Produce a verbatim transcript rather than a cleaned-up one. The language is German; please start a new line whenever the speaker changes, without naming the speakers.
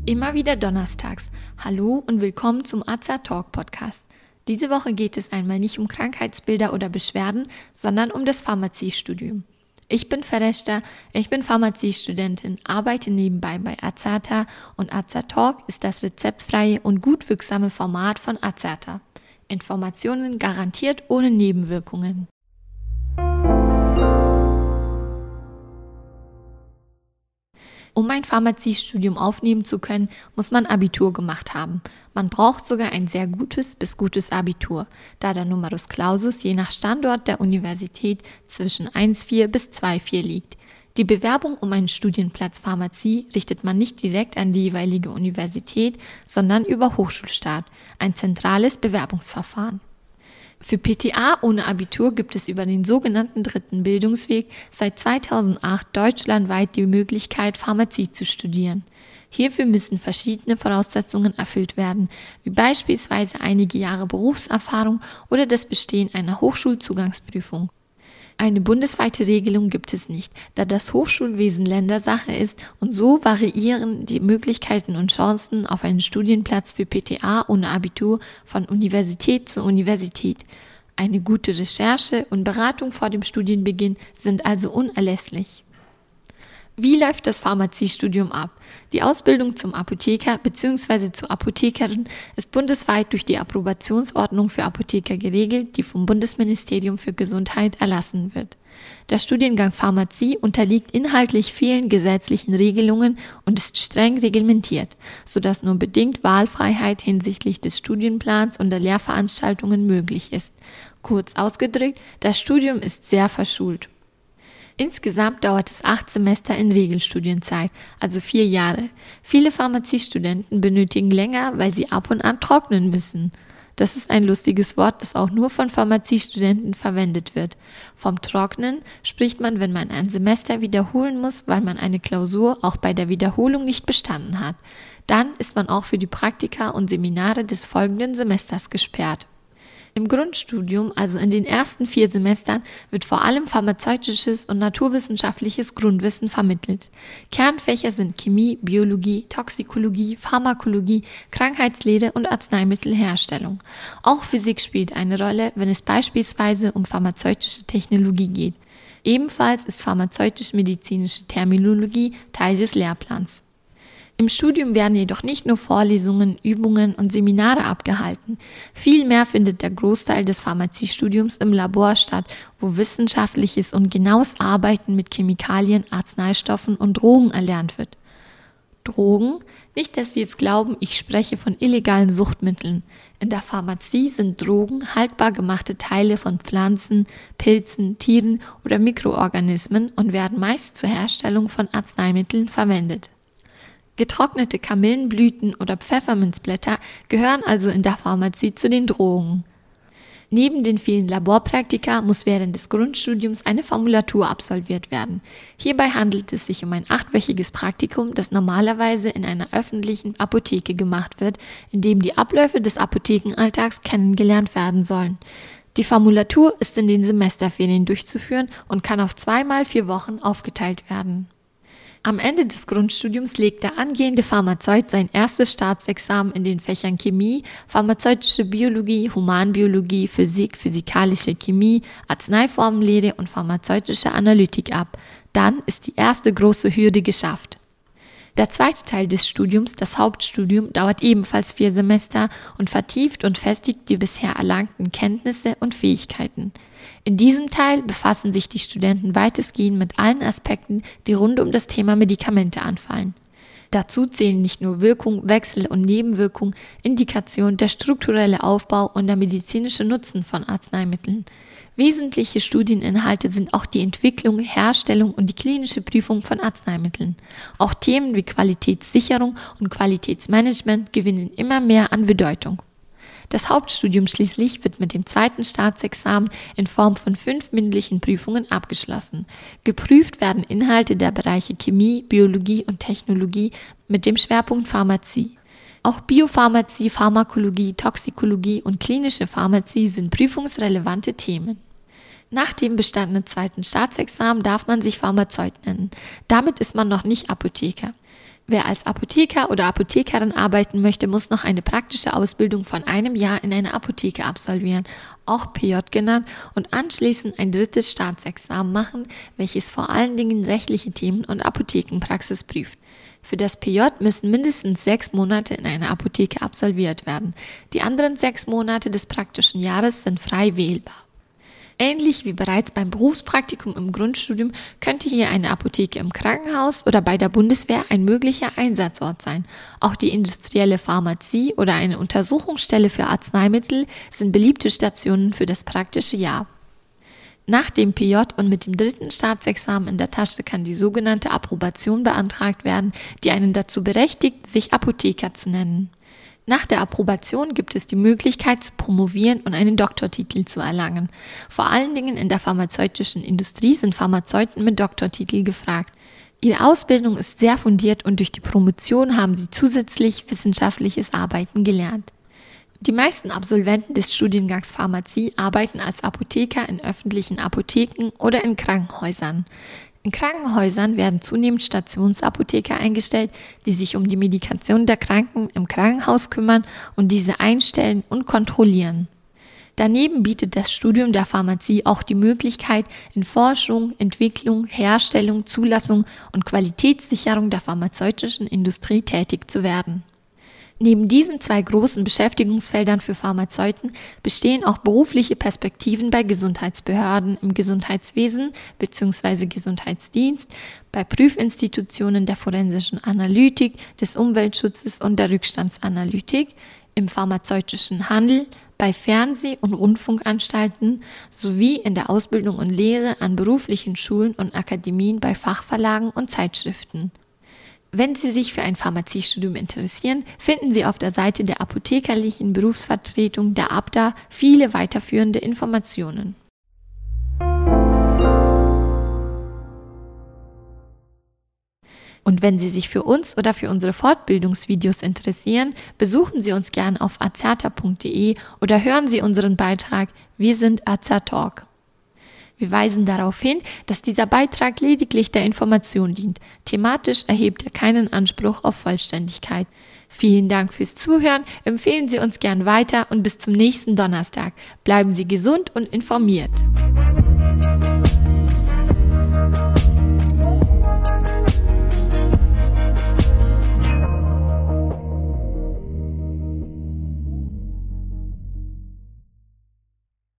Immer wieder donnerstags. Hallo und willkommen zum A Z A Talk Podcast. Diese Woche geht es einmal nicht um Krankheitsbilder oder Beschwerden, sondern um das Pharmaziestudium. Ich bin Fereshta, ich bin Pharmaziestudentin, arbeite nebenbei bei A Z A und A Z A Talk ist das rezeptfreie und gut wirksame Format von A Z A. Informationen garantiert ohne Nebenwirkungen. Um ein Pharmaziestudium aufnehmen zu können, muss man Abitur gemacht haben. Man braucht sogar ein sehr gutes bis gutes Abitur, da der Numerus Clausus je nach Standort der Universität zwischen eins Komma vier bis zwei Komma vier liegt. Die Bewerbung um einen Studienplatz Pharmazie richtet man nicht direkt an die jeweilige Universität, sondern über Hochschulstaat, ein zentrales Bewerbungsverfahren. Für P T A ohne Abitur gibt es über den sogenannten dritten Bildungsweg seit zweitausendacht deutschlandweit die Möglichkeit, Pharmazie zu studieren. Hierfür müssen verschiedene Voraussetzungen erfüllt werden, wie beispielsweise einige Jahre Berufserfahrung oder das Bestehen einer Hochschulzugangsprüfung. Eine bundesweite Regelung gibt es nicht, da das Hochschulwesen Ländersache ist und so variieren die Möglichkeiten und Chancen auf einen Studienplatz für P T A ohne Abitur von Universität zu Universität. Eine gute Recherche und Beratung vor dem Studienbeginn sind also unerlässlich. Wie läuft das Pharmaziestudium ab? Die Ausbildung zum Apotheker bzw. zur Apothekerin ist bundesweit durch die Approbationsordnung für Apotheker geregelt, die vom Bundesministerium für Gesundheit erlassen wird. Der Studiengang Pharmazie unterliegt inhaltlich vielen gesetzlichen Regelungen und ist streng reglementiert, sodass nur bedingt Wahlfreiheit hinsichtlich des Studienplans und der Lehrveranstaltungen möglich ist. Kurz ausgedrückt, das Studium ist sehr verschult. Insgesamt dauert es acht Semester in Regelstudienzeit, also vier Jahre. Viele Pharmaziestudenten benötigen länger, weil sie ab und an trocknen müssen. Das ist ein lustiges Wort, das auch nur von Pharmaziestudenten verwendet wird. Vom Trocknen spricht man, wenn man ein Semester wiederholen muss, weil man eine Klausur auch bei der Wiederholung nicht bestanden hat. Dann ist man auch für die Praktika und Seminare des folgenden Semesters gesperrt. Im Grundstudium, also in den ersten vier Semestern, wird vor allem pharmazeutisches und naturwissenschaftliches Grundwissen vermittelt. Kernfächer sind Chemie, Biologie, Toxikologie, Pharmakologie, Krankheitslehre und Arzneimittelherstellung. Auch Physik spielt eine Rolle, wenn es beispielsweise um pharmazeutische Technologie geht. Ebenfalls ist pharmazeutisch-medizinische Terminologie Teil des Lehrplans. Im Studium werden jedoch nicht nur Vorlesungen, Übungen und Seminare abgehalten. Vielmehr findet der Großteil des Pharmaziestudiums im Labor statt, wo wissenschaftliches und genaues Arbeiten mit Chemikalien, Arzneistoffen und Drogen erlernt wird. Drogen? Nicht, dass Sie jetzt glauben, ich spreche von illegalen Suchtmitteln. In der Pharmazie sind Drogen haltbar gemachte Teile von Pflanzen, Pilzen, Tieren oder Mikroorganismen und werden meist zur Herstellung von Arzneimitteln verwendet. Getrocknete Kamillenblüten oder Pfefferminzblätter gehören also in der Pharmazie zu den Drogen. Neben den vielen Laborpraktika muss während des Grundstudiums eine Formulatur absolviert werden. Hierbei handelt es sich um ein achtwöchiges Praktikum, das normalerweise in einer öffentlichen Apotheke gemacht wird, in dem die Abläufe des Apothekenalltags kennengelernt werden sollen. Die Formulatur ist in den Semesterferien durchzuführen und kann auf zweimal vier Wochen aufgeteilt werden. Am Ende des Grundstudiums legt der angehende Pharmazeut sein erstes Staatsexamen in den Fächern Chemie, pharmazeutische Biologie, Humanbiologie, Physik, physikalische Chemie, Arzneiformenlehre und pharmazeutische Analytik ab. Dann ist die erste große Hürde geschafft. Der zweite Teil des Studiums, das Hauptstudium, dauert ebenfalls vier Semester und vertieft und festigt die bisher erlangten Kenntnisse und Fähigkeiten. In diesem Teil befassen sich die Studenten weitestgehend mit allen Aspekten, die rund um das Thema Medikamente anfallen. Dazu zählen nicht nur Wirkung, Wechsel und Nebenwirkung, Indikation, der strukturelle Aufbau und der medizinische Nutzen von Arzneimitteln. Wesentliche Studieninhalte sind auch die Entwicklung, Herstellung und die klinische Prüfung von Arzneimitteln. Auch Themen wie Qualitätssicherung und Qualitätsmanagement gewinnen immer mehr an Bedeutung. Das Hauptstudium schließlich wird mit dem zweiten Staatsexamen in Form von fünf mündlichen Prüfungen abgeschlossen. Geprüft werden Inhalte der Bereiche Chemie, Biologie und Technologie mit dem Schwerpunkt Pharmazie. Auch Biopharmazie, Pharmakologie, Toxikologie und klinische Pharmazie sind prüfungsrelevante Themen. Nach dem bestandenen zweiten Staatsexamen darf man sich Pharmazeut nennen. Damit ist man noch nicht Apotheker. Wer als Apotheker oder Apothekerin arbeiten möchte, muss noch eine praktische Ausbildung von einem Jahr in einer Apotheke absolvieren, auch P J genannt, und anschließend ein drittes Staatsexamen machen, welches vor allen Dingen rechtliche Themen und Apothekenpraxis prüft. Für das P J müssen mindestens sechs Monate in einer Apotheke absolviert werden. Die anderen sechs Monate des praktischen Jahres sind frei wählbar. Ähnlich wie bereits beim Berufspraktikum im Grundstudium könnte hier eine Apotheke im Krankenhaus oder bei der Bundeswehr ein möglicher Einsatzort sein. Auch die industrielle Pharmazie oder eine Untersuchungsstelle für Arzneimittel sind beliebte Stationen für das praktische Jahr. Nach dem P J und mit dem dritten Staatsexamen in der Tasche kann die sogenannte Approbation beantragt werden, die einen dazu berechtigt, sich Apotheker zu nennen. Nach der Approbation gibt es die Möglichkeit zu promovieren und einen Doktortitel zu erlangen. Vor allen Dingen in der pharmazeutischen Industrie sind Pharmazeuten mit Doktortitel gefragt. Ihre Ausbildung ist sehr fundiert und durch die Promotion haben sie zusätzlich wissenschaftliches Arbeiten gelernt. Die meisten Absolventen des Studiengangs Pharmazie arbeiten als Apotheker in öffentlichen Apotheken oder in Krankenhäusern. In Krankenhäusern werden zunehmend Stationsapotheker eingestellt, die sich um die Medikation der Kranken im Krankenhaus kümmern und diese einstellen und kontrollieren. Daneben bietet das Studium der Pharmazie auch die Möglichkeit, in Forschung, Entwicklung, Herstellung, Zulassung und Qualitätssicherung der pharmazeutischen Industrie tätig zu werden. Neben diesen zwei großen Beschäftigungsfeldern für Pharmazeuten bestehen auch berufliche Perspektiven bei Gesundheitsbehörden im Gesundheitswesen bzw. Gesundheitsdienst, bei Prüfinstitutionen der forensischen Analytik, des Umweltschutzes und der Rückstandsanalytik, im pharmazeutischen Handel, bei Fernseh- und Rundfunkanstalten sowie in der Ausbildung und Lehre an beruflichen Schulen und Akademien bei Fachverlagen und Zeitschriften. Wenn Sie sich für ein Pharmaziestudium interessieren, finden Sie auf der Seite der Apothekerlichen Berufsvertretung der A B D A viele weiterführende Informationen. Und wenn Sie sich für uns oder für unsere Fortbildungsvideos interessieren, besuchen Sie uns gerne auf azerta punkt de oder hören Sie unseren Beitrag Wir sind Azertalk. Wir weisen darauf hin, dass dieser Beitrag lediglich der Information dient. Thematisch erhebt er keinen Anspruch auf Vollständigkeit. Vielen Dank fürs Zuhören, empfehlen Sie uns gern weiter und bis zum nächsten Donnerstag. Bleiben Sie gesund und informiert.